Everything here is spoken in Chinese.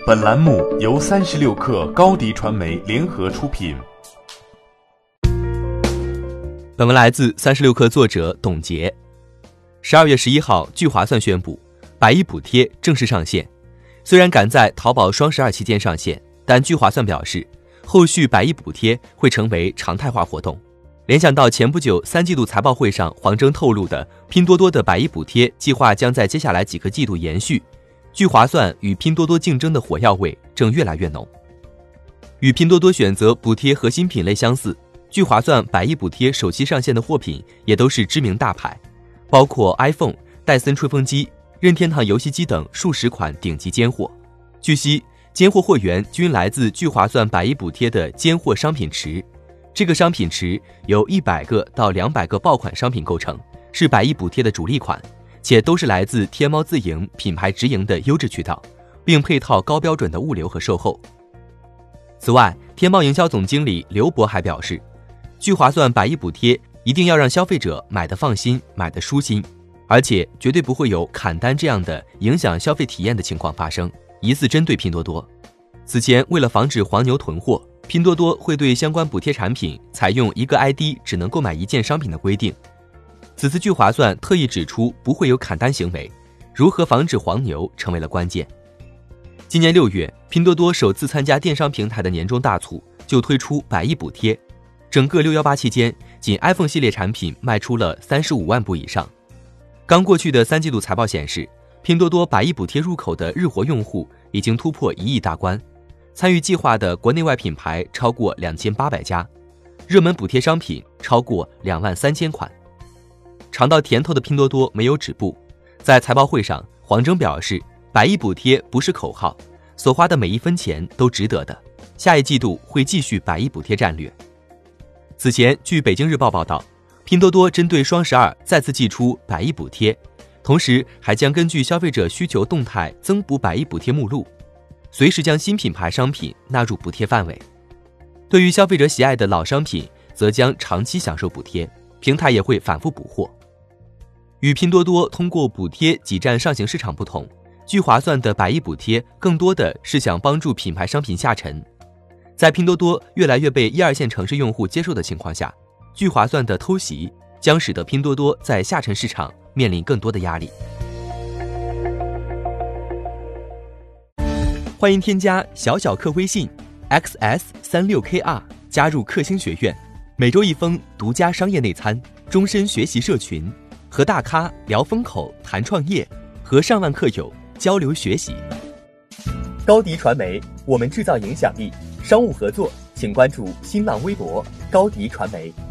本栏目由36氪高迪传媒联合出品。 本文来自36氪作者董洁。12月11号，聚划算宣布100亿补贴正式上线。虽然赶在淘宝双12期间上线，但聚划算表示，后续100亿补贴会成为常态化活动。联想到前不久3季度财报会上黄峥透露的拼多多的100亿补贴计划将在接下来几个季度延续，聚划算与拼多多竞争的火药味正越来越浓。与拼多多选择补贴核心品类相似，聚划算100亿补贴首期上线的货品也都是知名大牌，包括 iPhone、戴森吹风机、任天堂游戏机等数十款顶级尖货。据悉，尖货货源均来自聚划算100亿补贴的尖货商品池，这个商品池由100个到200个爆款商品构成，是100亿补贴的主力款，且都是来自天猫自营、品牌直营的优质渠道，并配套高标准的物流和售后。此外，天猫营销总经理刘博还表示，聚划算100亿补贴一定要让消费者买得放心，买得舒心，而且绝对不会有砍单这样的影响消费体验的情况发生，疑似针对拼多多。此前，为了防止黄牛囤货，拼多多会对相关补贴产品采用一个 ID 只能购买1件商品的规定。此次聚划算特意指出不会有砍单行为，如何防止黄牛成为了关键。今年6月，拼多多首次参加电商平台的年终大促，就推出100亿补贴。整个618期间，仅 iPhone 系列产品卖出了35万部以上。刚过去的3季度财报显示，拼多多100亿补贴入口的日活用户已经突破1亿大关，参与计划的国内外品牌超过2800家，热门补贴商品超过23000款。尝到甜头的拼多多没有止步，在财报会上，黄峥表示，100亿补贴不是口号，所花的每一分钱都值得的，下一季度会继续100亿补贴战略。此前，据北京日报报道，拼多多针对双12再次祭出100亿补贴，同时还将根据消费者需求动态增补100亿补贴目录，随时将新品牌商品纳入补贴范围。对于消费者喜爱的老商品，则将长期享受补贴，平台也会反复补货。与拼多多通过补贴挤占上行市场不同，聚划算的100亿补贴更多的是想帮助品牌商品下沉。在拼多多越来越被1、2线城市用户接受的情况下，聚划算的偷袭将使得拼多多在下沉市场面临更多的压力。欢迎添加小客微信 xs36kr 加入克星学院，每周1封独家商业内参，终身学习社群，和大咖聊风口谈创业，和上万客友交流学习。高迪传媒，我们制造影响力。商务合作请关注新浪微博高迪传媒。